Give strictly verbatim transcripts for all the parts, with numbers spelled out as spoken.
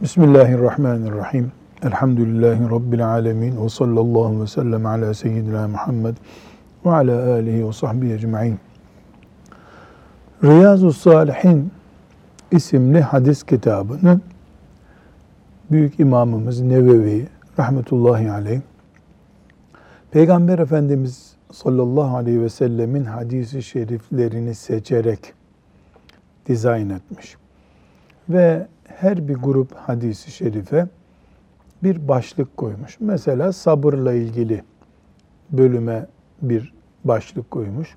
Bismillahirrahmanirrahim. Elhamdülillahi Rabbil alemin. Ve sallallahu ve sellem ala seyyidina Muhammed ve ala alihi ve sahbihi ecma'in. Riyazu's-Salihin isimli hadis kitabını Büyük İmamımız Nevevi rahmetullahi aleyh, Peygamber Efendimiz sallallahu aleyhi ve sellemin hadis-i şeriflerini seçerek dizayn etmiş. Ve her bir grup hadis-i şerife bir başlık koymuş. Mesela sabırla ilgili bölüme bir başlık koymuş.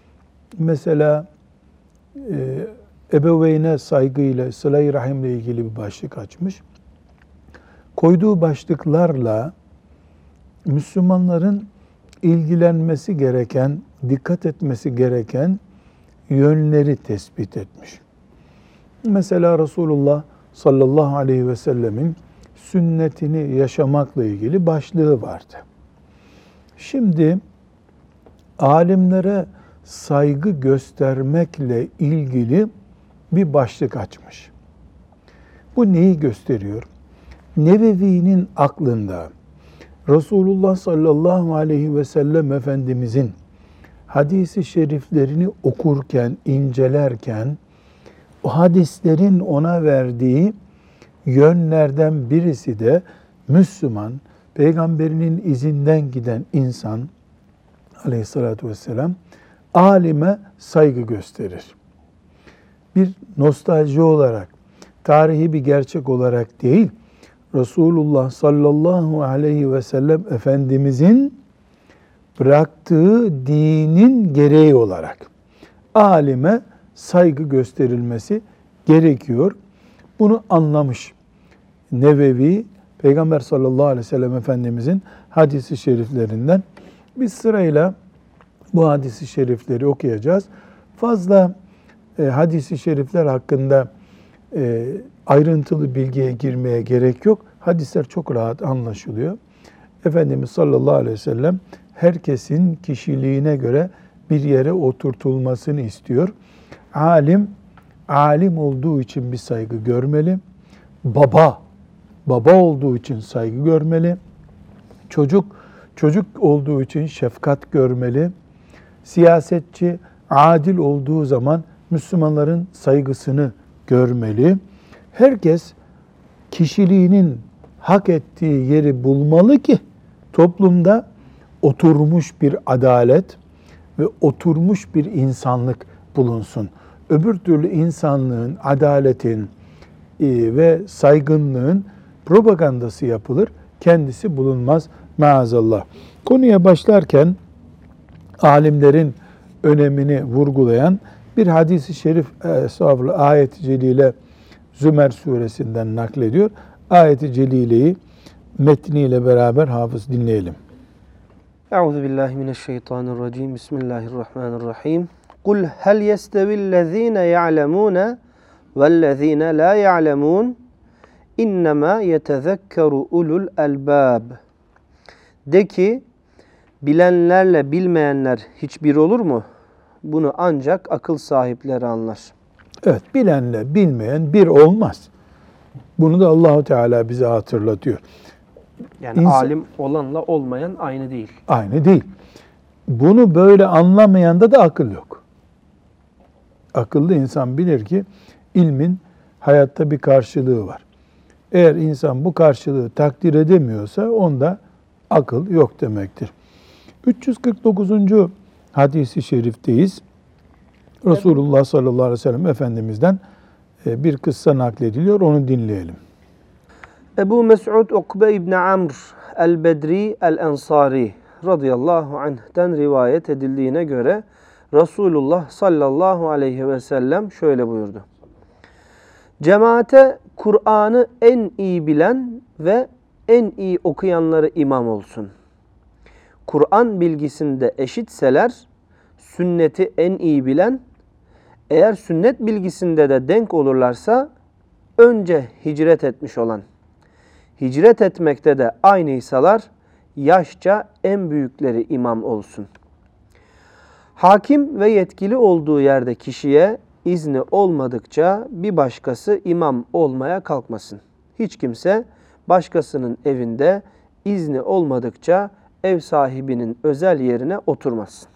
Mesela e, ebeveyne saygıyla, sıla-i rahimle ilgili bir başlık açmış. Koyduğu başlıklarla Müslümanların ilgilenmesi gereken, dikkat etmesi gereken yönleri tespit etmiş. Mesela Resulullah sallallahu aleyhi ve sellemin sünnetini yaşamakla ilgili başlığı vardı. Şimdi alimlere saygı göstermekle ilgili bir başlık açmış. Bu neyi gösteriyor? Nevevi'nin aklında Resulullah sallallahu aleyhi ve sellem Efendimizin hadis-i şeriflerini okurken, incelerken o hadislerin ona verdiği yönlerden birisi de Müslüman, Peygamberinin izinden giden insan aleyhissalatü vesselam alime saygı gösterir. Bir nostalji olarak, tarihi bir gerçek olarak değil, Resulullah sallallahu aleyhi ve sellem Efendimizin bıraktığı dinin gereği olarak alime saygı gösterilmesi gerekiyor. Bunu anlamış Nevevi, Peygamber sallallahu aleyhi ve sellem Efendimizin hadis-i şeriflerinden. Biz sırayla bu hadis-i şerifleri okuyacağız. Fazla e, hadis-i şerifler hakkında e, ayrıntılı bilgiye girmeye gerek yok. Hadisler çok rahat anlaşılıyor. Efendimiz sallallahu aleyhi ve sellem herkesin kişiliğine göre bir yere oturtulmasını istiyor. Alim, alim olduğu için bir saygı görmeli. Baba, baba olduğu için saygı görmeli. Çocuk, çocuk olduğu için şefkat görmeli. Siyasetçi, adil olduğu zaman Müslümanların saygısını görmeli. Herkes kişiliğinin hak ettiği yeri bulmalı ki toplumda oturmuş bir adalet ve oturmuş bir insanlık bulunsun. Öbür türlü insanlığın, adaletin e, ve saygınlığın propagandası yapılır. Kendisi bulunmaz maazallah. Konuya başlarken alimlerin önemini vurgulayan bir hadis-i şerif, estağfurullah, ayet-i celile Zümer suresinden naklediyor. Ayet-i celileyi metniyle beraber hafız dinleyelim. Euzubillahimineşşeytanirracim. Bismillahirrahmanirrahim. Kul hel yestevillezine ya'lemune vellezine la ya'lemun innema yetezekkeru ulul elbab. De ki, bilenlerle bilmeyenler hiçbir olur mu? Bunu ancak akıl sahipleri anlar. Evet, bilenle bilmeyen bir olmaz. Bunu da Allahu Teala bize hatırlatıyor. Yani İnsan, alim olanla olmayan aynı değil. Aynı değil. Bunu böyle anlamayanda da akıl yok. Akıllı insan bilir ki ilmin hayatta bir karşılığı var. Eğer insan bu karşılığı takdir edemiyorsa onda akıl yok demektir. üç yüz kırk dokuzuncu hadis-i şerifteyiz. Resulullah sallallahu aleyhi ve sellem Efendimiz'den bir kıssa naklediliyor. Onu dinleyelim. Ebu Mes'ud Ukbe İbni Amr el-Bedri el-Ensari radıyallahu anh'ten rivayet edildiğine göre Resulullah sallallahu aleyhi ve sellem şöyle buyurdu. Cemaate Kur'an'ı en iyi bilen ve en iyi okuyanları imam olsun. Kur'an bilgisinde eşitseler, sünneti en iyi bilen, eğer sünnet bilgisinde de denk olurlarsa, önce hicret etmiş olan, hicret etmekte de aynıysalar, yaşça en büyükleri imam olsun. Hakim ve yetkili olduğu yerde kişiye izni olmadıkça bir başkası imam olmaya kalkmasın. Hiç kimse başkasının evinde izni olmadıkça ev sahibinin özel yerine oturmaz.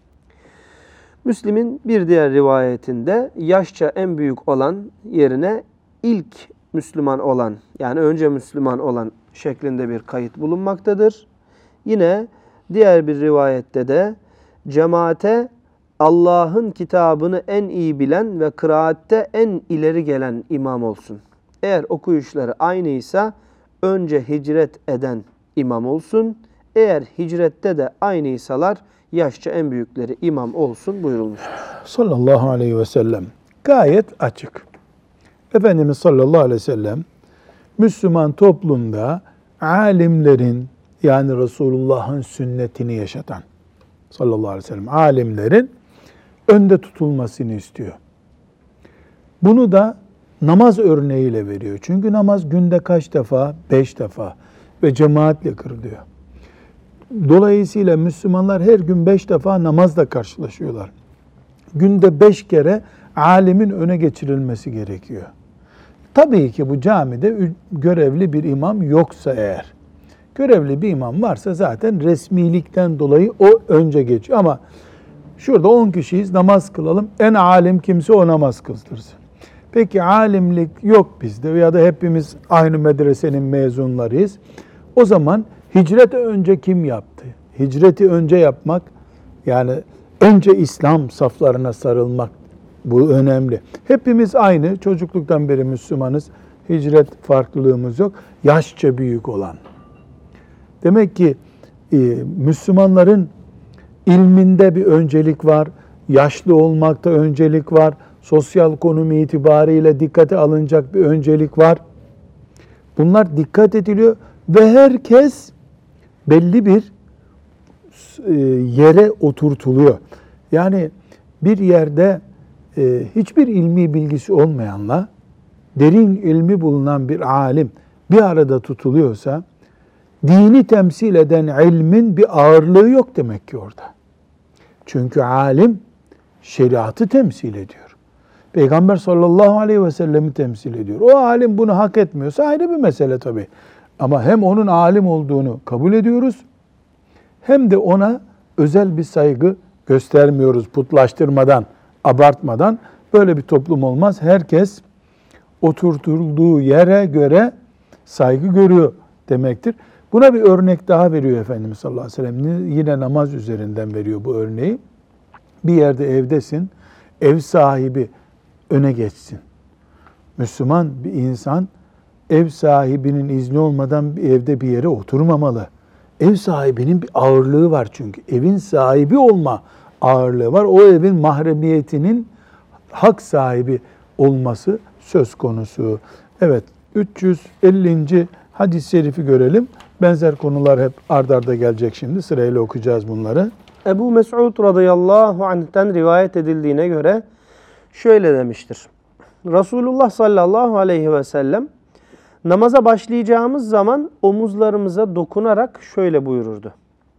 Müslim'in bir diğer rivayetinde yaşça en büyük olan yerine ilk Müslüman olan, yani önce Müslüman olan şeklinde bir kayıt bulunmaktadır. Yine diğer bir rivayette de cemaate Allah'ın kitabını en iyi bilen ve kıraatte en ileri gelen imam olsun. Eğer okuyuşları aynıysa önce hicret eden imam olsun. Eğer hicrette de aynıysalar yaşça en büyükleri imam olsun buyurulmuştur. Sallallahu aleyhi ve sellem. Gayet açık. Efendimiz sallallahu aleyhi ve sellem Müslüman toplumda alimlerin, yani Resulullah'ın sünnetini yaşatan sallallahu aleyhi ve sellem alimlerin önde tutulmasını istiyor. Bunu da namaz örneğiyle veriyor. Çünkü namaz günde kaç defa? Beş defa ve cemaatle kırılıyor. Dolayısıyla Müslümanlar her gün beş defa namazla karşılaşıyorlar. Günde beş kere alimin öne geçirilmesi gerekiyor. Tabii ki bu camide görevli bir imam yoksa eğer, görevli bir imam varsa zaten resmilikten dolayı o önce geçiyor. Ama şurada on kişiyiz, namaz kılalım, en alim kimse o namaz kıldırsın. Peki alimlik yok bizde ya da hepimiz aynı medresenin mezunlarıyız. O zaman hicreti önce kim yaptı? Hicreti önce yapmak, yani önce İslam saflarına sarılmak, bu önemli. Hepimiz aynı, çocukluktan beri Müslümanız. Hicret farklılığımız yok. Yaşça büyük olan. Demek ki e, Müslümanların ilminde bir öncelik var. Yaşlı olmakta öncelik var. Sosyal konumu itibariyle dikkate alınacak bir öncelik var. Bunlar dikkat ediliyor ve herkes belli bir e, yere oturtuluyor. Yani bir yerde e, hiçbir ilmi bilgisi olmayanla derin ilmi bulunan bir alim bir arada tutuluyorsa dini temsil eden ilmin bir ağırlığı yok demek ki orada. Çünkü alim şeriatı temsil ediyor. Peygamber sallallahu aleyhi ve sellem'i temsil ediyor. O alim bunu hak etmiyorsa ayrı bir mesele tabii. Ama hem onun alim olduğunu kabul ediyoruz, hem de ona özel bir saygı göstermiyoruz putlaştırmadan, abartmadan. Böyle bir toplum olmaz. Herkes oturtulduğu yere göre saygı görüyor demektir. Buna bir örnek daha veriyor Efendimiz sallallahu aleyhi ve sellem. Yine namaz üzerinden veriyor bu örneği. Bir yerde evdesin, ev sahibi öne geçsin. Müslüman bir insan ev sahibinin izni olmadan bir evde bir yere oturmamalı. Ev sahibinin bir ağırlığı var çünkü. Evin sahibi olma ağırlığı var. O evin mahremiyetinin hak sahibi olması söz konusu. Evet, üç yüz ellinci hadis-i şerifi görelim. Benzer konular hep ard arda gelecek şimdi. Sırayla okuyacağız bunları. Ebu Mes'ud radıyallahu anh'ten rivayet edildiğine göre şöyle demiştir. Resulullah sallallahu aleyhi ve sellem namaza başlayacağımız zaman omuzlarımıza dokunarak şöyle buyururdu.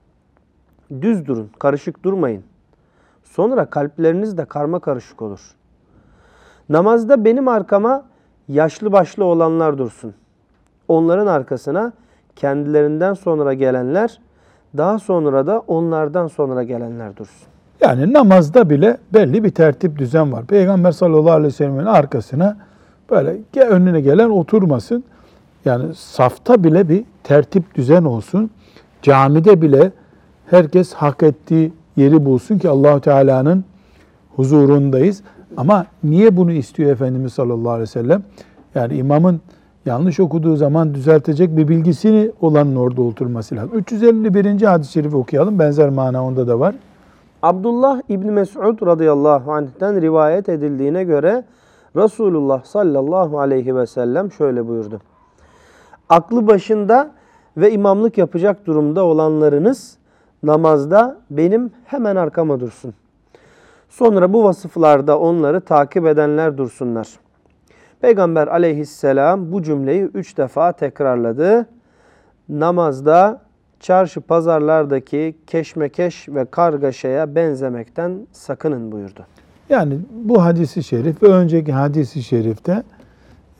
Düz durun, karışık durmayın. Sonra kalpleriniz de karma karışık olur. Namazda benim arkama yaşlı başlı olanlar dursun. Onların arkasına kendilerinden sonra gelenler, daha sonra da onlardan sonra gelenler dursun. Yani namazda bile belli bir tertip düzen var. Peygamber sallallahu aleyhi ve sellem'in arkasına böyle önüne gelen oturmasın. Yani safta bile bir tertip düzen olsun. Camide bile herkes hak ettiği yeri bulsun ki Allah-u Teala'nın huzurundayız. Ama niye bunu istiyor Efendimiz sallallahu aleyhi ve sellem? Yani imamın yanlış okuduğu zaman düzeltecek bir bilgisini olanın orada oturması lazım. üç yüz elli birinci hadis-i şerifi okuyalım. Benzer mana onda da var. Abdullah İbni Mes'ud radıyallahu anh'ten rivayet edildiğine göre Resulullah sallallahu aleyhi ve sellem şöyle buyurdu. Aklı başında ve imamlık yapacak durumda olanlarınız namazda benim hemen arkama dursun. Sonra bu vasıflarda onları takip edenler dursunlar. Peygamber aleyhisselam bu cümleyi üç defa tekrarladı. Namazda çarşı pazarlardaki keşmekeş ve kargaşaya benzemekten sakının buyurdu. Yani bu hadisi şerif ve önceki hadisi şerifte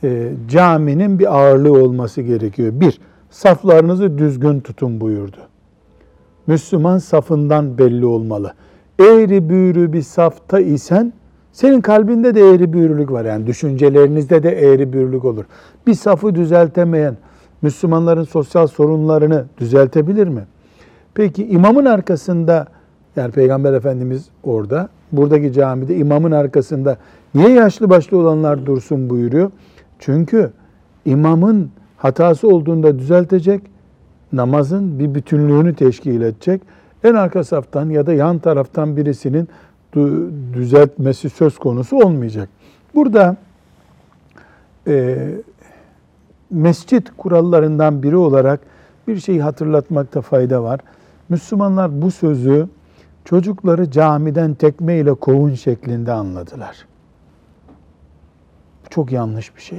e, caminin bir ağırlığı olması gerekiyor. Bir, saflarınızı düzgün tutun buyurdu. Müslüman safından belli olmalı. Eğri büğrü bir safta isen, senin kalbinde de eğri büğrülük var. Yani düşüncelerinizde de eğri büğrülük olur. Bir safı düzeltemeyen, Müslümanların sosyal sorunlarını düzeltebilir mi? Peki imamın arkasında, yani Peygamber Efendimiz orada, buradaki camide imamın arkasında niye yaşlı başlı olanlar dursun buyuruyor? Çünkü imamın hatası olduğunda düzeltecek, namazın bir bütünlüğünü teşkil edecek. En arka saftan ya da yan taraftan birisinin düzeltmesi söz konusu olmayacak. Burada e, mescit kurallarından biri olarak bir şeyi hatırlatmakta fayda var. Müslümanlar bu sözü çocukları camiden tekmeyle kovun şeklinde anladılar. Çok yanlış bir şey.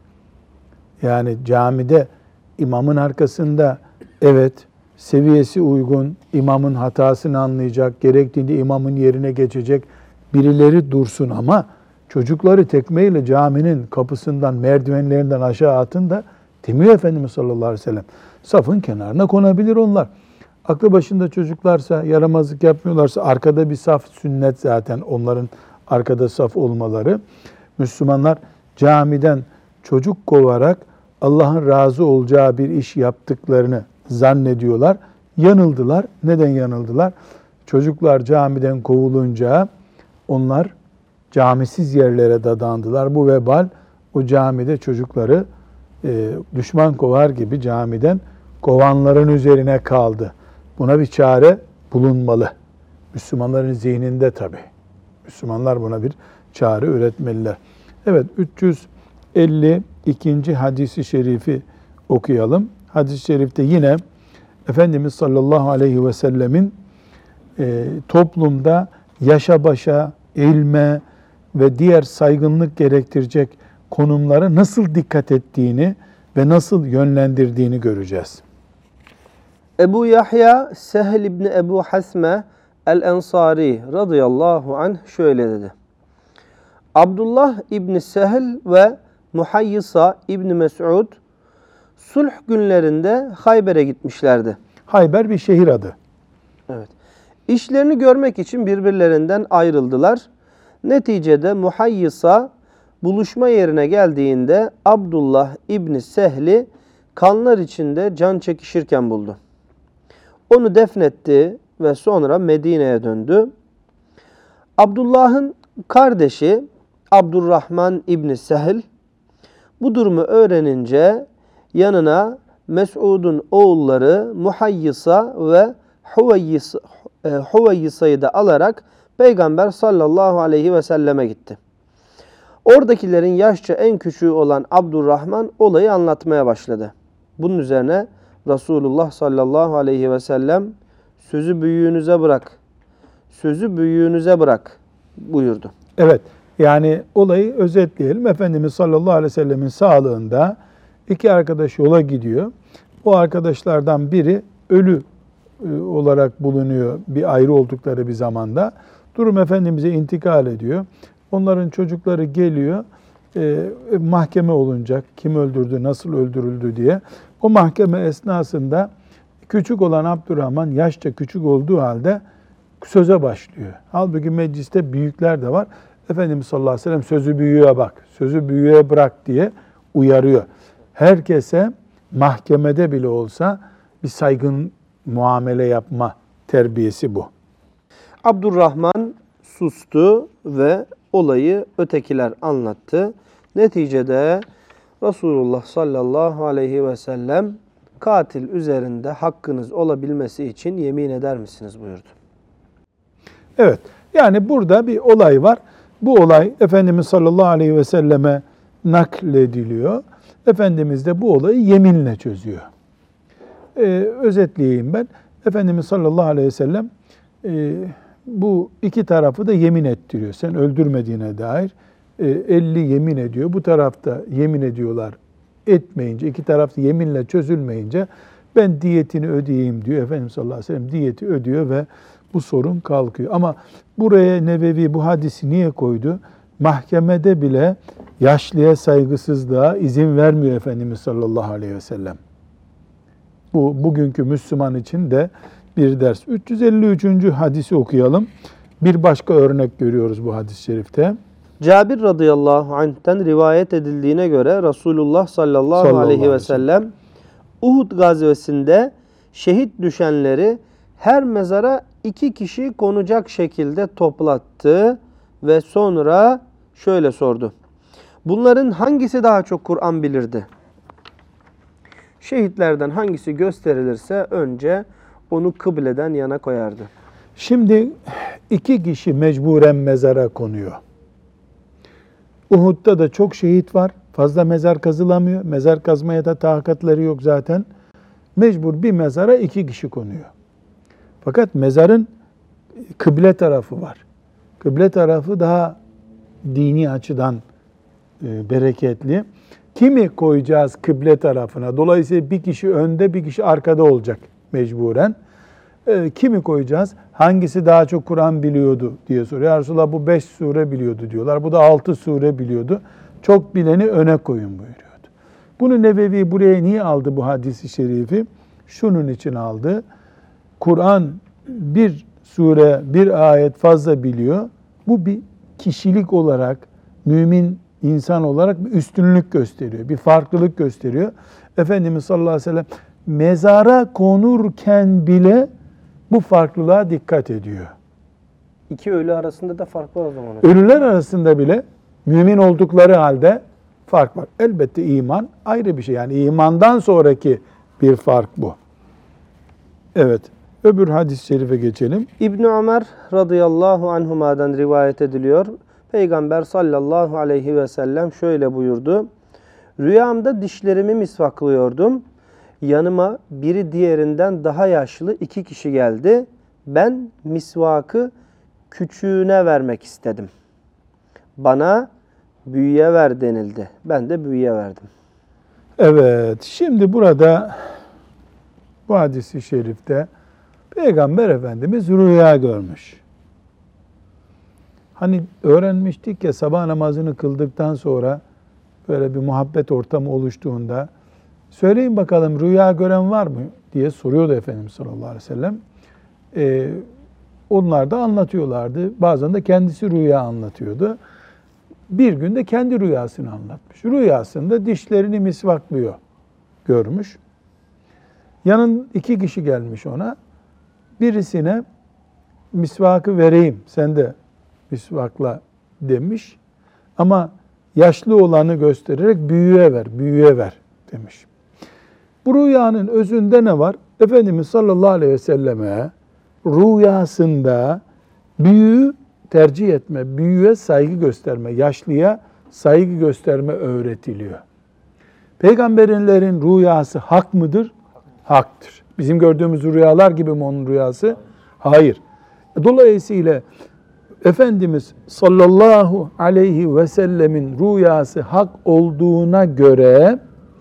Yani camide imamın arkasında evet seviyesi uygun, imamın hatasını anlayacak, gerektiğinde imamın yerine geçecek birileri dursun ama çocukları tekmeyle caminin kapısından, merdivenlerinden aşağı atın da demiyor Efendimiz sallallahu aleyhi ve sellem. Safın kenarına konabilir onlar. Aklı başında çocuklarsa, yaramazlık yapmıyorlarsa arkada bir saf sünnet zaten onların arkada saf olmaları. Müslümanlar camiden çocuk kovarak Allah'ın razı olacağı bir iş yaptıklarını zannediyorlar. Yanıldılar. Neden yanıldılar? Çocuklar camiden kovulunca onlar camisiz yerlere dadandılar. Bu vebal o camide çocukları e, düşman kovar gibi camiden kovanların üzerine kaldı. Buna bir çare bulunmalı. Müslümanların zihninde tabii. Müslümanlar buna bir çare üretmeliler. Evet, üç yüz elli ikinci hadisi şerifi okuyalım. Hadis-i şerifte yine Efendimiz sallallahu aleyhi ve sellemin e, toplumda yaşa başa, ilme ve diğer saygınlık gerektirecek konumlara nasıl dikkat ettiğini ve nasıl yönlendirdiğini göreceğiz. Ebu Yahya Sehl İbni Ebu Hasme El-Ensari radıyallahu anh şöyle dedi. Abdullah İbni Sehl ve Muhayyisa İbni Mes'ud sulh günlerinde Hayber'e gitmişlerdi. Hayber bir şehir adı. Evet. İşlerini görmek için birbirlerinden ayrıldılar. Neticede Muhayyisa buluşma yerine geldiğinde Abdullah İbni Sehl'i kanlar içinde can çekişirken buldu. Onu defnetti ve sonra Medine'ye döndü. Abdullah'ın kardeşi Abdurrahman İbni Sehl bu durumu öğrenince yanına Mes'ud'un oğulları Muhayyisa ve Huvayyisa, e, Huvayyisa'yı da alarak Peygamber sallallahu aleyhi ve selleme gitti. Oradakilerin yaşça en küçüğü olan Abdurrahman olayı anlatmaya başladı. Bunun üzerine Resulullah sallallahu aleyhi ve sellem sözü büyüğünüze bırak, sözü büyüğünüze bırak buyurdu. Evet, yani olayı özetleyelim. Efendimiz sallallahu aleyhi ve sellemin sağlığında iki arkadaş yola gidiyor. O arkadaşlardan biri ölü olarak bulunuyor bir ayrı oldukları bir zamanda. Durum Efendimiz'e intikal ediyor. Onların çocukları geliyor. E, mahkeme olunacak. Kim öldürdü, nasıl öldürüldü diye. O mahkeme esnasında küçük olan Abdurrahman yaşça küçük olduğu halde söze başlıyor. Halbuki mecliste büyükler de var. Efendimiz sallallahu aleyhi ve sellem sözü büyüğe bak, sözü büyüğe bırak diye uyarıyor. Herkese mahkemede bile olsa bir saygın muamele yapma terbiyesi bu. Abdurrahman sustu ve olayı ötekiler anlattı. Neticede Resulullah sallallahu aleyhi ve sellem katil üzerinde hakkınız olabilmesi için yemin eder misiniz buyurdu. Evet, yani burada bir olay var. Bu olay Efendimiz sallallahu aleyhi ve selleme naklediliyor. Efendimiz de bu olayı yeminle çözüyor. Ee, özetleyeyim ben. Efendimiz sallallahu aleyhi ve sellem e, bu iki tarafı da yemin ettiriyor. Sen öldürmediğine dair e, elli yemin ediyor. Bu tarafta yemin ediyorlar. Etmeyince, iki taraf yeminle çözülmeyince ben diyetini ödeyeyim diyor. Efendimiz sallallahu aleyhi ve sellem diyeti ödüyor ve bu sorun kalkıyor. Ama buraya Nevevi bu hadisi niye koydu? mahkemede bile yaşlıya saygısızlığa izin vermiyor Efendimiz sallallahu aleyhi ve sellem. Bu bugünkü Müslüman için de bir ders. üç yüz elli üçüncü hadisi okuyalım. Bir başka örnek görüyoruz bu hadis-i şerifte. Cabir radıyallahu anh'ten rivayet edildiğine göre Resulullah sallallahu, Sallallahu aleyhi ve sellem Uhud gazvesinde şehit düşenleri her mezara iki kişi konacak şekilde toplattı ve sonra şöyle sordu. Bunların hangisi daha çok Kur'an bilirdi? Şehitlerden hangisi gösterilirse önce onu kıbleden yana koyardı. Şimdi iki kişi mecburen mezara konuyor. Uhud'da da çok şehit var. Fazla mezar kazılamıyor. Mezar kazmaya da takatları yok zaten. Mecbur bir mezara iki kişi konuyor. Fakat mezarın kıble tarafı var. Kıble tarafı daha dini açıdan e, bereketli. Kimi koyacağız kıble tarafına? Dolayısıyla bir kişi önde, bir kişi arkada olacak mecburen. E, kimi koyacağız? Hangisi daha çok Kur'an biliyordu diye soruyor. Ya Resulallah bu beş sure biliyordu diyorlar. Bu da altı sure biliyordu. Çok bileni öne koyun buyuruyordu. Bunu Nebevi buraya niye aldı bu hadisi şerifi? Şunun için aldı. Kur'an bir sure, bir ayet fazla biliyor. Bu bir kişilik olarak, mümin insan olarak bir üstünlük gösteriyor. Bir farklılık gösteriyor. Efendimiz sallallahu aleyhi ve sellem mezara konurken bile bu farklılığa dikkat ediyor. İki ölü arasında da fark var o zaman. Ölüler arasında bile mümin oldukları halde fark var. Elbette iman ayrı bir şey. Yani imandan sonraki bir fark bu. Evet. Öbür hadis-i şerife geçelim. İbn Ömer radıyallahu anhuma'dan rivayet ediliyor. Peygamber sallallahu aleyhi ve sellem şöyle buyurdu. Rüyamda dişlerimi misvaklıyordum. Yanıma biri diğerinden daha yaşlı iki kişi geldi. Ben misvakı küçüğüne vermek istedim. Bana büyüye ver denildi. Ben de büyüye verdim. Evet, şimdi burada bu hadis-i şerifte Peygamber Efendimiz rüya görmüş. Hani öğrenmiştik ya sabah namazını kıldıktan sonra böyle bir muhabbet ortamı oluştuğunda söyleyin bakalım rüya gören var mı diye soruyordu Efendimiz sallallahu aleyhi ve sellem. Ee, onlar da anlatıyorlardı. Bazen de kendisi rüya anlatıyordu. Bir gün de kendi rüyasını anlatmış. Rüyasında dişlerini misvaklıyor görmüş. Yanın iki kişi gelmiş ona. Birisine misvakı vereyim, sen de misvakla demiş. Ama yaşlı olanı göstererek büyüğe ver, büyüğe ver demiş. Bu rüyanın özünde ne var? Efendimiz sallallahu aleyhi ve selleme rüyasında büyüğü tercih etme, büyüğe saygı gösterme, yaşlıya saygı gösterme öğretiliyor. Peygamberlerin rüyası hak mıdır? Haktır. Bizim gördüğümüz rüyalar gibi mi onun rüyası? Hayır. Dolayısıyla Efendimiz sallallahu aleyhi ve sellemin rüyası hak olduğuna göre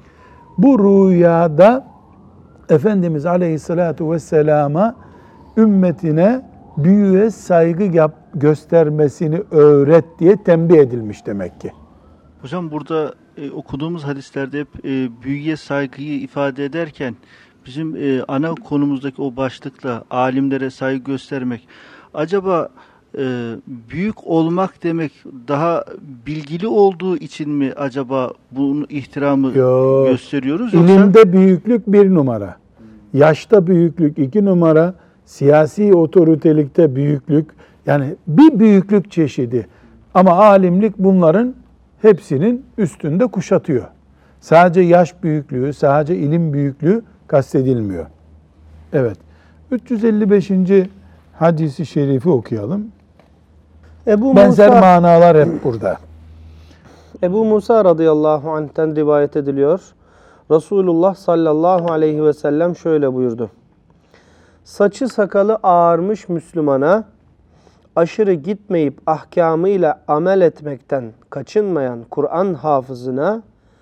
bu rüyada Efendimiz aleyhissalatu vesselama ümmetine büyüğe saygı yap, göstermesini öğret diye tembih edilmiş demek ki. Hocam burada e, okuduğumuz hadislerde hep e, büyüye saygıyı ifade ederken bizim e, ana konumuzdaki o başlıkla alimlere saygı göstermek, acaba e, büyük olmak demek daha bilgili olduğu için mi acaba bunun ihtiramı Yok. gösteriyoruz? Yoksa... İlimde büyüklük bir numara, yaşta büyüklük iki numara, siyasi otoritelikte büyüklük, yani bir büyüklük çeşidi. Ama alimlik bunların hepsinin üstünde kuşatıyor. Sadece yaş büyüklüğü, sadece ilim büyüklüğü kastedilmiyor. Evet. üç yüz elli beşinci hadisi şerifi okuyalım. Ebu Benzer Musa, manalar hep burada. Ebu Musa radıyallahu anh'ten rivayet ediliyor. Resulullah sallallahu aleyhi ve sellem şöyle buyurdu. Saçı sakalı ağarmış Müslümana, aşırı gitmeyip ahkamıyla amel etmekten kaçınmayan Kur'an hafızına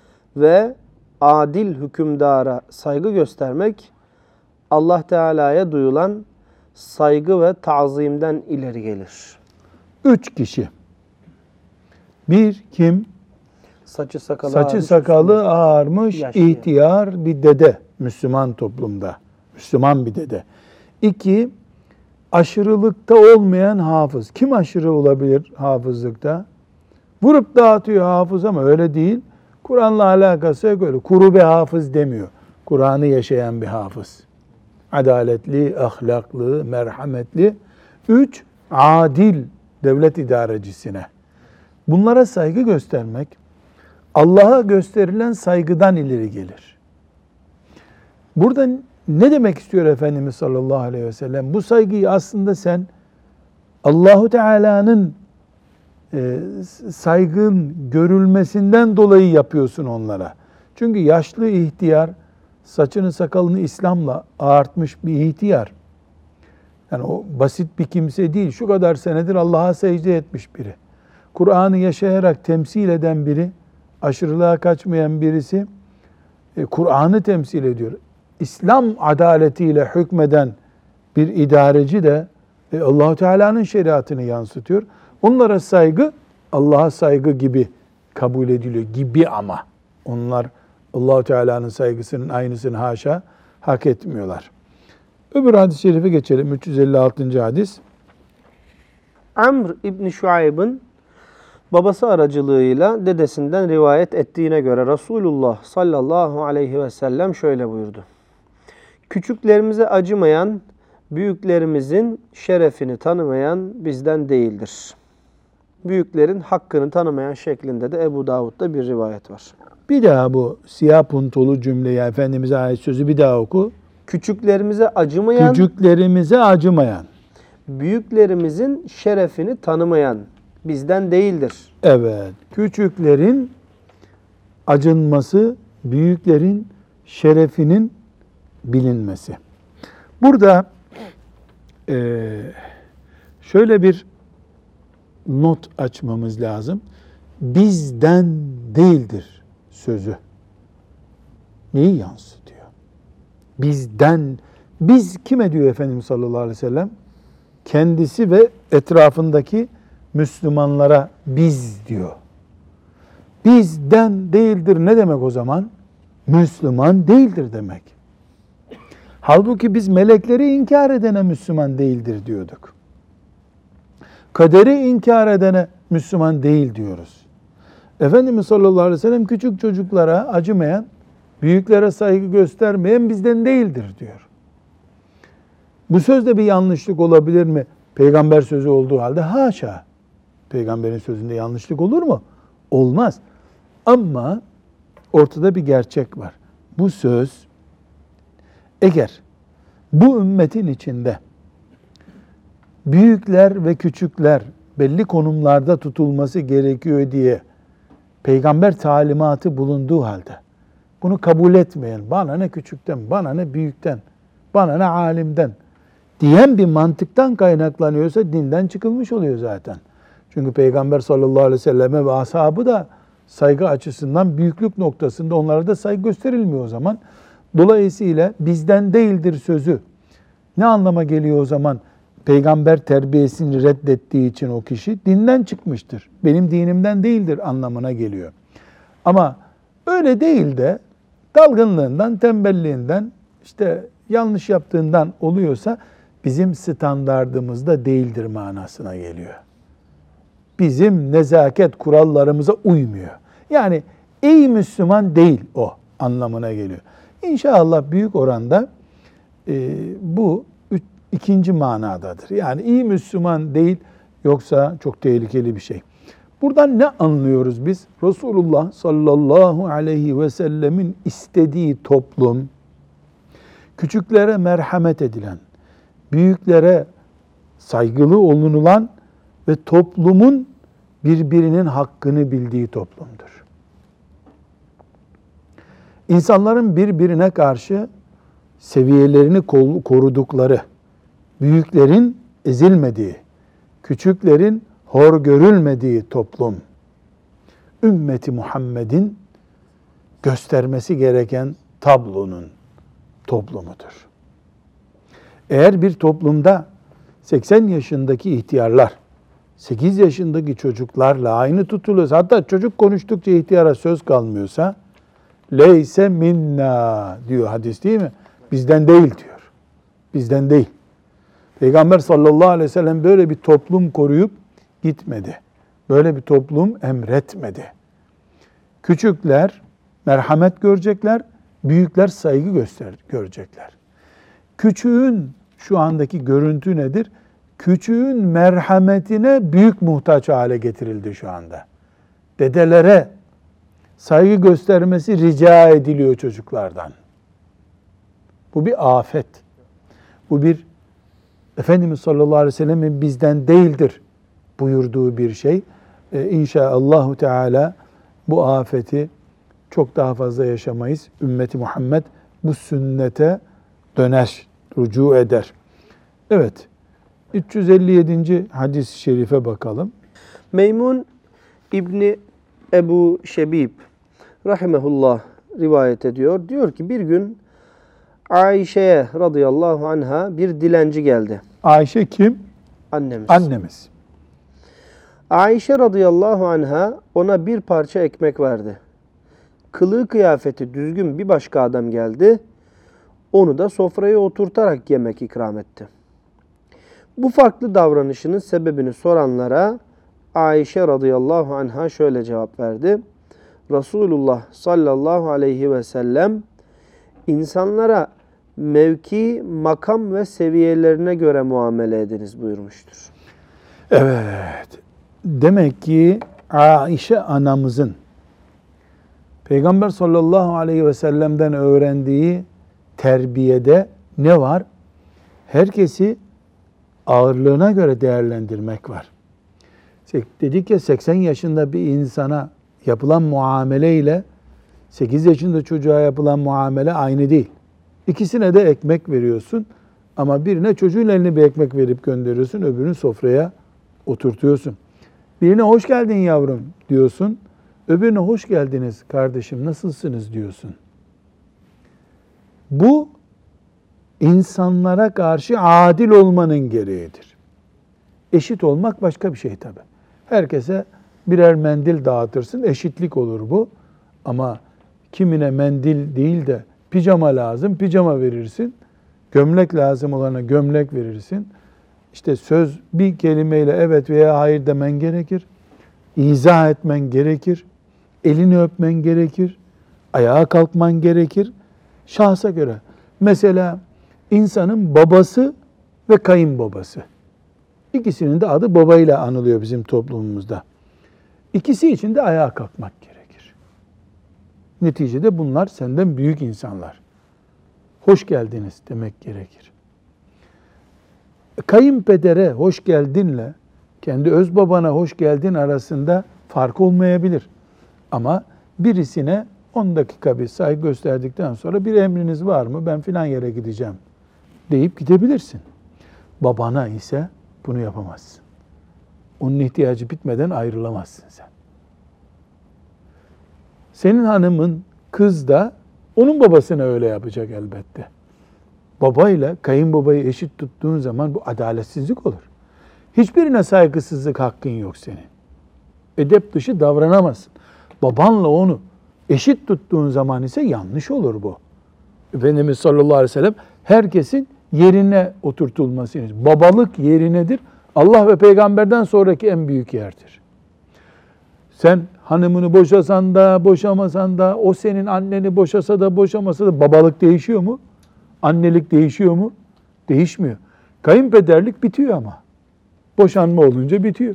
ve adil hükümdara saygı göstermek, Allah Teala'ya duyulan saygı ve tazimden ileri gelir. Üç kişi. Bir, kim? Saçı sakalı Saçı ağarmış, sakalı ağarmış, Yaşlı. ihtiyar bir dede Müslüman toplumda. Müslüman bir dede. İki, aşırılıkta olmayan hafız. Kim aşırı olabilir hafızlıkta? Vurup dağıtıyor hafız ama öyle değil. Kur'an'la alakası yok öyle. Kuru bir hafız demiyor. Kur'an'ı yaşayan bir hafız. Adaletli, ahlaklı, merhametli. Üç, adil devlet idarecisine. Bunlara saygı göstermek, Allah'a gösterilen saygıdan ileri gelir. Burada ne demek istiyor Efendimiz sallallahu aleyhi ve sellem? Bu saygıyı aslında sen Allahu Teala'nın e, saygın görülmesinden dolayı yapıyorsun onlara. Çünkü yaşlı ihtiyar, saçını sakalını İslam'la ağartmış bir ihtiyar. Yani o basit bir kimse değil. Şu kadar senedir Allah'a secde etmiş biri. Kur'an'ı yaşayarak temsil eden biri, aşırılığa kaçmayan birisi, e, Kur'an'ı temsil ediyor. İslam adaletiyle hükmeden bir idareci de e, Allah-u Teala'nın şeriatını yansıtıyor. Onlara saygı, Allah'a saygı gibi kabul ediliyor. Gibi ama. Onlar Allah-u Teala'nın saygısının aynısını haşa hak etmiyorlar. Öbür hadis-i şerife geçelim. üç yüz elli altıncı hadis. Amr İbni Şuayb'ın babası aracılığıyla dedesinden rivayet ettiğine göre Resulullah sallallahu aleyhi ve sellem şöyle buyurdu. Küçüklerimize acımayan, büyüklerimizin şerefini tanımayan bizden değildir. Büyüklerin hakkını tanımayan şeklinde de Ebu Davud'da bir rivayet var. Bir daha bu siyah puntolu cümleyi Efendimiz'e ait sözü bir daha oku. Küçüklerimize acımayan, Küçüklerimize acımayan. büyüklerimizin şerefini tanımayan bizden değildir. Evet, küçüklerin acınması, büyüklerin şerefinin bilinmesi. Burada e, şöyle bir not açmamız lazım. Bizden değildir sözü. Neyi yansıtıyor? Bizden, biz kime diyor Efendimiz sallallahu aleyhi ve sellem? Kendisi ve etrafındaki Müslümanlara biz diyor. Bizden değildir ne demek o zaman? Müslüman değildir demek. Halbuki biz melekleri inkar edene Müslüman değildir diyorduk. Kaderi inkar edene Müslüman değil diyoruz. Efendimiz sallallahu aleyhi ve sellem küçük çocuklara acımayan, büyüklere saygı göstermeyen bizden değildir diyor. Bu sözde bir yanlışlık olabilir mi? Peygamber sözü olduğu halde haşa. Peygamberin sözünde yanlışlık olur mu? Olmaz. Ama ortada bir gerçek var. Bu söz eğer bu ümmetin içinde büyükler ve küçükler belli konumlarda tutulması gerekiyor diye peygamber talimatı bulunduğu halde bunu kabul etmeyen, bana ne küçükten, bana ne büyükten, bana ne alimden diyen bir mantıktan kaynaklanıyorsa dinden çıkılmış oluyor zaten. Çünkü Peygamber sallallahu aleyhi ve selleme ve ashabı da saygı açısından büyüklük noktasında onlara da saygı gösterilmiyor o zaman. Dolayısıyla bizden değildir sözü ne anlama geliyor o zaman? Peygamber terbiyesini reddettiği için o kişi dinden çıkmıştır. Benim dinimden değildir anlamına geliyor. Ama öyle değil de dalgınlığından, tembelliğinden, işte yanlış yaptığından oluyorsa bizim standardımızda değildir manasına geliyor. Bizim nezaket kurallarımıza uymuyor. Yani ey Müslüman değil o anlamına geliyor. İnşallah büyük oranda e, bu üç, ikinci manadadır. Yani iyi Müslüman değil, yoksa çok tehlikeli bir şey. Buradan ne anlıyoruz biz? Resulullah sallallahu aleyhi ve sellemin istediği toplum, küçüklere merhamet edilen, büyüklere saygılı olunulan ve toplumun birbirinin hakkını bildiği toplumdur. İnsanların birbirine karşı seviyelerini korudukları, büyüklerin ezilmediği, küçüklerin hor görülmediği toplum, ümmeti Muhammed'in göstermesi gereken tablonun toplumudur. Eğer bir toplumda seksen yaşındaki ihtiyarlar, sekiz yaşındaki çocuklarla aynı tutuluyorsa, hatta çocuk konuştukça ihtiyara söz kalmıyorsa, leyse minna diyor hadis, değil mi? Bizden değil diyor. Bizden değil. Peygamber sallallahu aleyhi ve sellem böyle bir toplum koruyup gitmedi. Böyle bir toplum emretmedi. Küçükler merhamet görecekler, büyükler saygı göster görecekler. Küçüğün şu andaki görüntü nedir? Küçüğün merhametine büyük muhtaç hale getirildi şu anda. Dedelere saygı göstermesi rica ediliyor çocuklardan. Bu bir afet. Bu bir Efendimiz sallallahu aleyhi ve sellem'in bizden değildir buyurduğu bir şey. Ee, İnşaallahu Teala bu afeti çok daha fazla yaşamayız. Ümmeti Muhammed bu sünnete döner, rücu eder. Evet, üç yüz elli yedinci hadis-i şerife bakalım. Meymun İbni Ebu Şebib rahimehullah rivayet ediyor. Diyor ki bir gün Ayşe'ye radıyallahu anha bir dilenci geldi. Ayşe kim? Annemiz. Annemiz. Ayşe radıyallahu anha ona bir parça ekmek verdi. Kılığı kıyafeti düzgün bir başka adam geldi. Onu da sofraya oturtarak yemek ikram etti. Bu farklı davranışının sebebini soranlara Ayşe radıyallahu anha şöyle cevap verdi. Resulullah sallallahu aleyhi ve sellem insanlara mevki, makam ve seviyelerine göre muamele ediniz buyurmuştur. Evet. Demek ki Ayşe anamızın Peygamber sallallahu aleyhi ve sellem'den öğrendiği terbiyede ne var? Herkesi ağırlığına göre değerlendirmek var. Dedik ya, seksen yaşında bir insana yapılan muamele ile sekiz yaşında çocuğa yapılan muamele aynı değil. İkisine de ekmek veriyorsun ama birine çocuğun eline bir ekmek verip gönderiyorsun, öbürünü sofraya oturtuyorsun. Birine hoş geldin yavrum diyorsun, öbürüne hoş geldiniz kardeşim, nasılsınız diyorsun. Bu insanlara karşı adil olmanın gereğidir. Eşit olmak başka bir şey tabii. Herkese birer mendil dağıtırsın, eşitlik olur bu. Ama kimine mendil değil de pijama lazım, pijama verirsin. Gömlek lazım olana gömlek verirsin. İşte söz bir kelimeyle evet veya hayır demen gerekir. İzah etmen gerekir. Elini öpmen gerekir. Ayağa kalkman gerekir. Şahsa göre. Mesela insanın babası ve kayınbabası. İkisinin de adı babayla anılıyor bizim toplumumuzda. İkisi için de ayağa kalkmak gerekir. Neticede bunlar senden büyük insanlar. Hoş geldiniz demek gerekir. Kayınpedere hoş geldinle kendi öz babana hoş geldin arasında fark olmayabilir. Ama birisine on dakika bir saygı gösterdikten sonra bir emriniz var mı? Ben filan yere gideceğim deyip gidebilirsin. Babana ise bunu yapamazsın. Onun ihtiyacı bitmeden ayrılamazsın sen. Senin hanımın kız da onun babasına öyle yapacak elbette. Babayla kayınbabayı eşit tuttuğun zaman bu adaletsizlik olur. Hiçbirine saygısızlık hakkın yok senin. Edep dışı davranamazsın. Babanla onu eşit tuttuğun zaman ise yanlış olur bu. Efendimiz sallallahu aleyhi ve sellem herkesin yerine oturtulmasını. Babalık yeri nedir? Allah ve peygamberden sonraki en büyük yerdir. Sen hanımını boşasan da boşamasan da, o senin anneni boşasa da boşamasa da babalık değişiyor mu? Annelik değişiyor mu? Değişmiyor. Kayınpederlik bitiyor ama. Boşanma olunca bitiyor.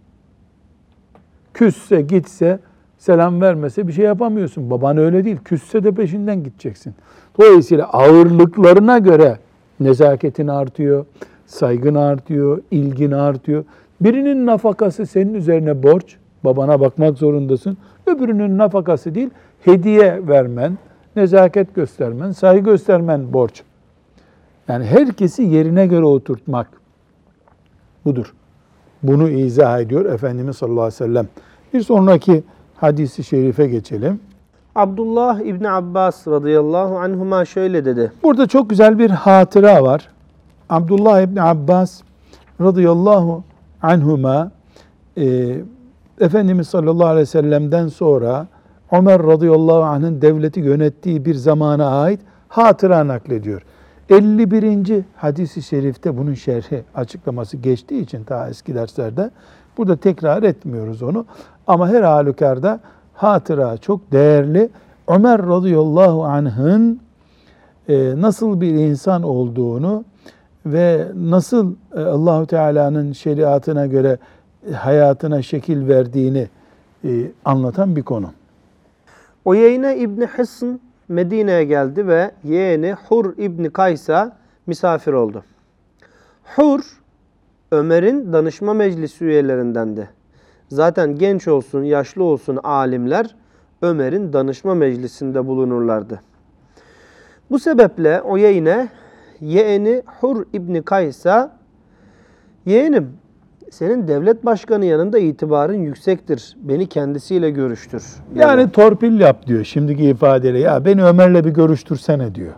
Küsse gitse, selam vermese bir şey yapamıyorsun. Baban öyle değil. Küsse de peşinden gideceksin. Dolayısıyla ağırlıklarına göre nezaketin artıyor, saygın artıyor, ilgin artıyor. Birinin nafakası senin üzerine borç, babana bakmak zorundasın. Öbürünün nafakası değil, hediye vermen, nezaket göstermen, saygı göstermen borç. Yani herkesi yerine göre oturtmak budur. Bunu izah ediyor Efendimiz sallallahu aleyhi ve sellem. Bir sonraki hadisi şerife geçelim. Abdullah İbni Abbas radıyallahu anhuma şöyle dedi. Burada çok güzel bir hatıra var. Abdullah İbni Abbas radıyallahu anhuma e, Efendimiz sallallahu aleyhi ve sellem'den sonra Ömer radıyallahu anh'ın devleti yönettiği bir zamana ait hatıra naklediyor. elli birinci hadis-i şerifte bunun şerhi, açıklaması geçtiği için ta eski derslerde burada tekrar etmiyoruz onu. Ama her halükarda hatıra çok değerli. Ömer radıyallahu anh'ın e, nasıl bir insan olduğunu ve nasıl e, Allahu Teala'nın şeriatına göre e, hayatına şekil verdiğini e, anlatan bir konu. Uyeyne İbni Hisn Medine'ye geldi ve yeğeni Hur İbni Kays'a misafir oldu. Hur, Ömer'in danışma meclisi üyelerindendi. Zaten genç olsun, yaşlı olsun alimler Ömer'in danışma meclisinde bulunurlardı. Bu sebeple Uyeyne yeğeni Hur İbni Kays'a, yeğenim senin devlet başkanı yanında itibarın yüksektir. Beni kendisiyle görüştür. dedi. Yani torpil yap diyor şimdiki ifadeyle. Ya beni Ömer'le bir görüştürsene diyor.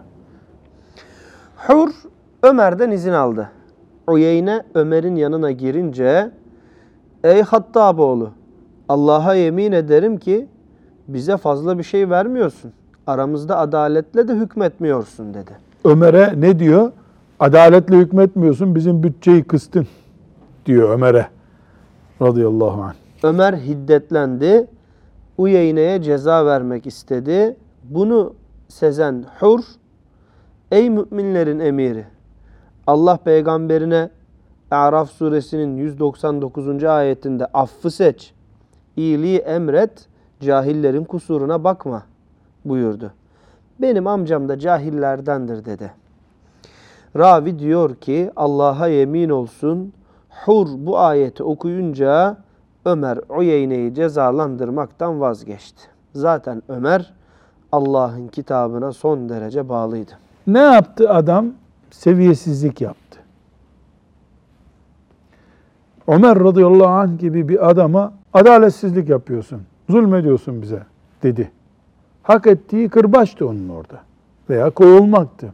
Hur Ömer'den izin aldı. Uyeyne Ömer'in yanına girince, ey Hattaboğlu, Allah'a yemin ederim ki bize fazla bir şey vermiyorsun. Aramızda adaletle de hükmetmiyorsun dedi. Ömer'e ne diyor? Adaletle hükmetmiyorsun, bizim bütçeyi kıstın diyor Ömer'e radıyallahu anh. Ömer hiddetlendi. Uyeyne'ye ceza vermek istedi. Bunu sezen Hur, ey müminlerin emiri, Allah peygamberine A'raf suresinin yüz doksan dokuzuncu ayetinde affı seç, iyiliği emret, cahillerin kusuruna bakma buyurdu. Benim amcam da cahillerdendir dedi. Ravi diyor ki Allah'a yemin olsun, Hur bu ayeti okuyunca Ömer Uyeyne'yi cezalandırmaktan vazgeçti. Zaten Ömer Allah'ın kitabına son derece bağlıydı. Ne yaptı adam? Seviyesizlik yaptı. Ömer radıyallahu anh gibi bir adama adaletsizlik yapıyorsun, zulmediyorsun bize dedi. Hak ettiği kırbaçtı onun orada veya kovulmaktı.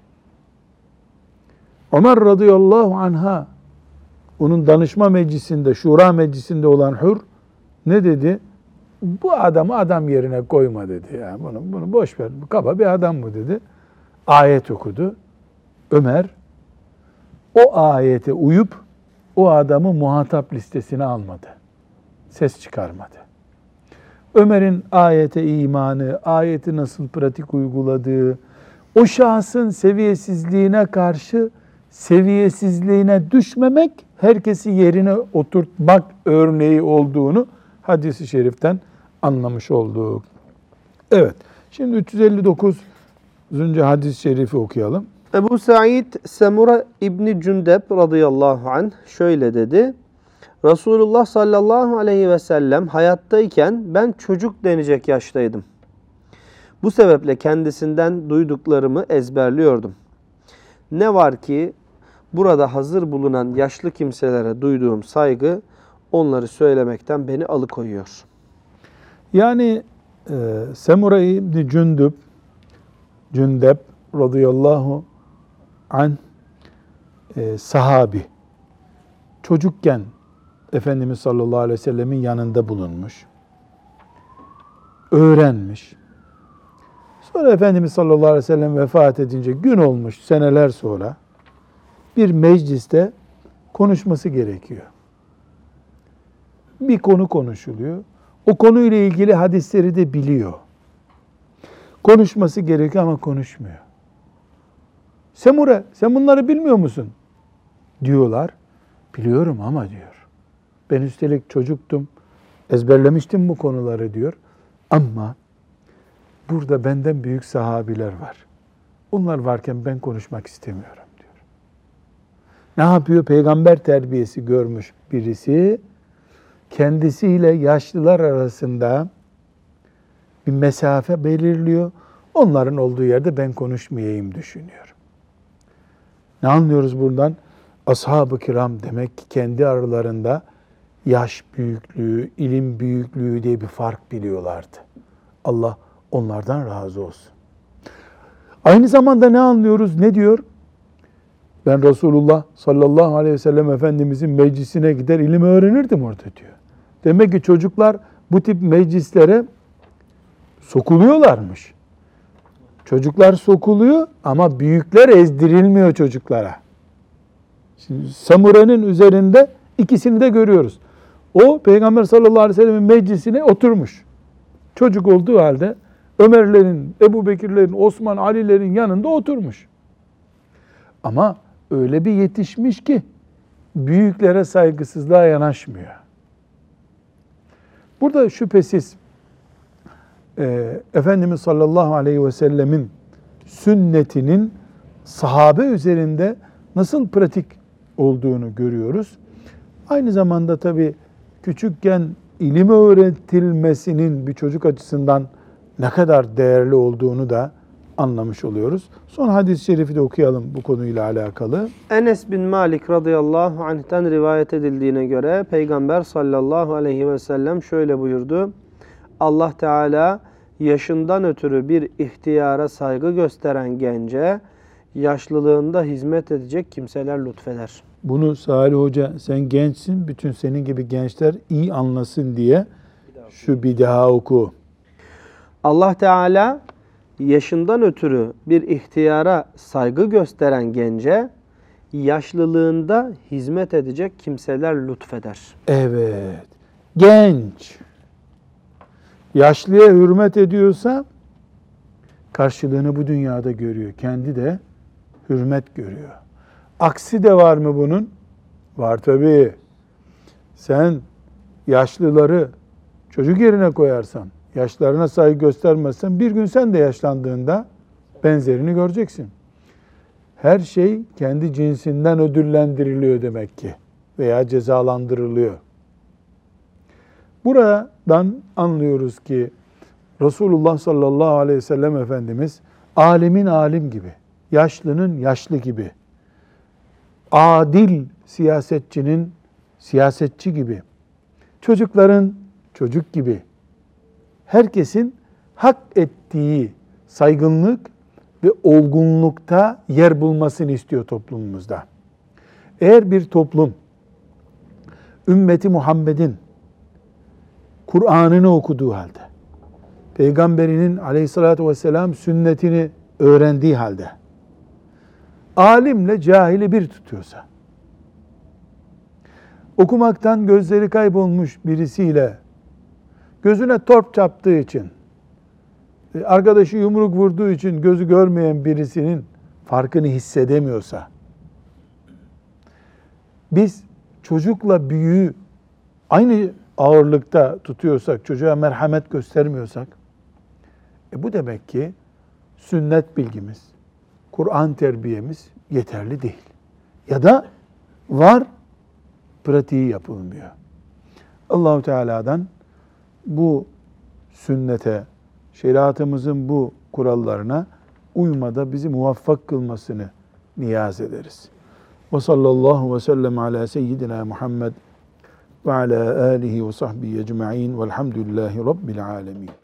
Ömer radıyallahu anh'a onun danışma meclisinde, şura meclisinde olan Hur ne dedi? Bu adamı adam yerine koyma dedi. Yani bunu, bunu boş ver. Bu kaba bir adam mı dedi. Ayet okudu. Ömer o ayete uyup o adamı muhatap listesine almadı. Ses çıkarmadı. Ömer'in ayete imanı, ayeti nasıl pratik uyguladığı, o şahsın seviyesizliğine karşı seviyesizliğine düşmemek, herkesi yerine oturtmak örneği olduğunu hadis-i şeriften anlamış olduk. Evet, şimdi üç yüz elli dokuzuncu hadis-i şerifi okuyalım. Ebu Said Semura İbni Cündep radıyallahu anh şöyle dedi. Resulullah sallallahu aleyhi ve sellem hayattayken ben çocuk denecek yaştaydım. Bu sebeple kendisinden duyduklarımı ezberliyordum. Ne var ki burada hazır bulunan yaşlı kimselere duyduğum saygı onları söylemekten beni alıkoyuyor. Yani e, Semura İbni Cündüb, Cündep radıyallahu anh e, sahabi. Çocukken Efendimiz sallallahu aleyhi ve sellemin yanında bulunmuş. Öğrenmiş. Sonra Efendimiz sallallahu aleyhi ve sellem vefat edince gün olmuş seneler sonra bir mecliste konuşması gerekiyor. Bir konu konuşuluyor. O konuyla ilgili hadisleri de biliyor. Konuşması gerekiyor ama konuşmuyor. Semure, sen bunları bilmiyor musun? Diyorlar. Biliyorum ama diyor. Ben üstelik çocuktum, ezberlemiştim bu konuları diyor. Ama burada benden büyük sahabiler var. Onlar varken ben konuşmak istemiyorum diyor. Ne yapıyor? Peygamber terbiyesi görmüş birisi, kendisiyle yaşlılar arasında bir mesafe belirliyor. Onların olduğu yerde ben konuşmayayım düşünüyor. Ne anlıyoruz buradan? Ashab-ı kiram demek ki kendi aralarında yaş büyüklüğü, ilim büyüklüğü diye bir fark biliyorlardı. Allah onlardan razı olsun. Aynı zamanda ne anlıyoruz? Ne diyor? Ben Resulullah sallallahu aleyhi ve sellem Efendimizin meclisine gider ilim öğrenirdim orada diyor. Demek ki çocuklar bu tip meclislere sokuluyorlarmış. Çocuklar sokuluyor ama büyükler ezdirilmiyor çocuklara. Şimdi samuranın üzerinde ikisini de görüyoruz. O Peygamber sallallahu aleyhi ve sellem'in meclisine oturmuş. Çocuk olduğu halde Ömerlerin, Ebu Bekirlerin, Osman, Alilerin yanında oturmuş. Ama öyle bir yetişmiş ki büyüklere saygısızlığa yanaşmıyor. Burada şüphesiz e, Efendimiz sallallahu aleyhi ve sellemin sünnetinin sahabe üzerinde nasıl pratik olduğunu görüyoruz. Aynı zamanda tabii küçükken ilim öğretilmesinin bir çocuk açısından ne kadar değerli olduğunu da anlamış oluyoruz. Son hadis-i şerifi de okuyalım bu konuyla alakalı. Enes bin Malik radıyallahu anh'ten rivayet edildiğine göre Peygamber sallallahu aleyhi ve sellem şöyle buyurdu. Allah Teala yaşından ötürü bir ihtiyara saygı gösteren gence yaşlılığında hizmet edecek kimseler lütfeder. Bunu Salih Hoca, sen gençsin, bütün senin gibi gençler iyi anlasın diye şu bir daha oku. Allah Teala yaşından ötürü bir ihtiyara saygı gösteren gence yaşlılığında hizmet edecek kimseler lütfeder. Evet, genç yaşlıya hürmet ediyorsa karşılığını bu dünyada görüyor. Kendi de hürmet görüyor. Aksi de var mı bunun? Var tabii. Sen yaşlıları çocuk yerine koyarsan, yaşlarına saygı göstermezsen bir gün sen de yaşlandığında benzerini göreceksin. Her şey kendi cinsinden ödüllendiriliyor demek ki veya cezalandırılıyor. Buradan anlıyoruz ki Resulullah sallallahu aleyhi ve sellem Efendimiz alimin alim gibi, yaşlının yaşlı gibi, adil siyasetçinin siyasetçi gibi, çocukların çocuk gibi, herkesin hak ettiği saygınlık ve olgunlukta yer bulmasını istiyor toplumumuzda. Eğer bir toplum ümmeti Muhammed'in Kur'an'ını okuduğu halde, Peygamberinin aleyhissalatü vesselam sünnetini öğrendiği halde, alimle cahili bir tutuyorsa, okumaktan gözleri kaybolmuş birisiyle gözüne torp çarptığı için, arkadaşı yumruk vurduğu için gözü görmeyen birisinin farkını hissedemiyorsa, biz çocukla büyüğü aynı ağırlıkta tutuyorsak, çocuğa merhamet göstermiyorsak, e bu demek ki sünnet bilgimiz, Kur'an terbiyemiz yeterli değil. Ya da var, pratiği yapılmıyor. Allah-u Teala'dan bu sünnete, şeriatımızın bu kurallarına uymada bizi muvaffak kılmasını niyaz ederiz. Ve sallallahu ve sellem ala seyyidina Muhammed ve ala alihi ve sahbihi ecma'in velhamdülillahi rabbil alemin.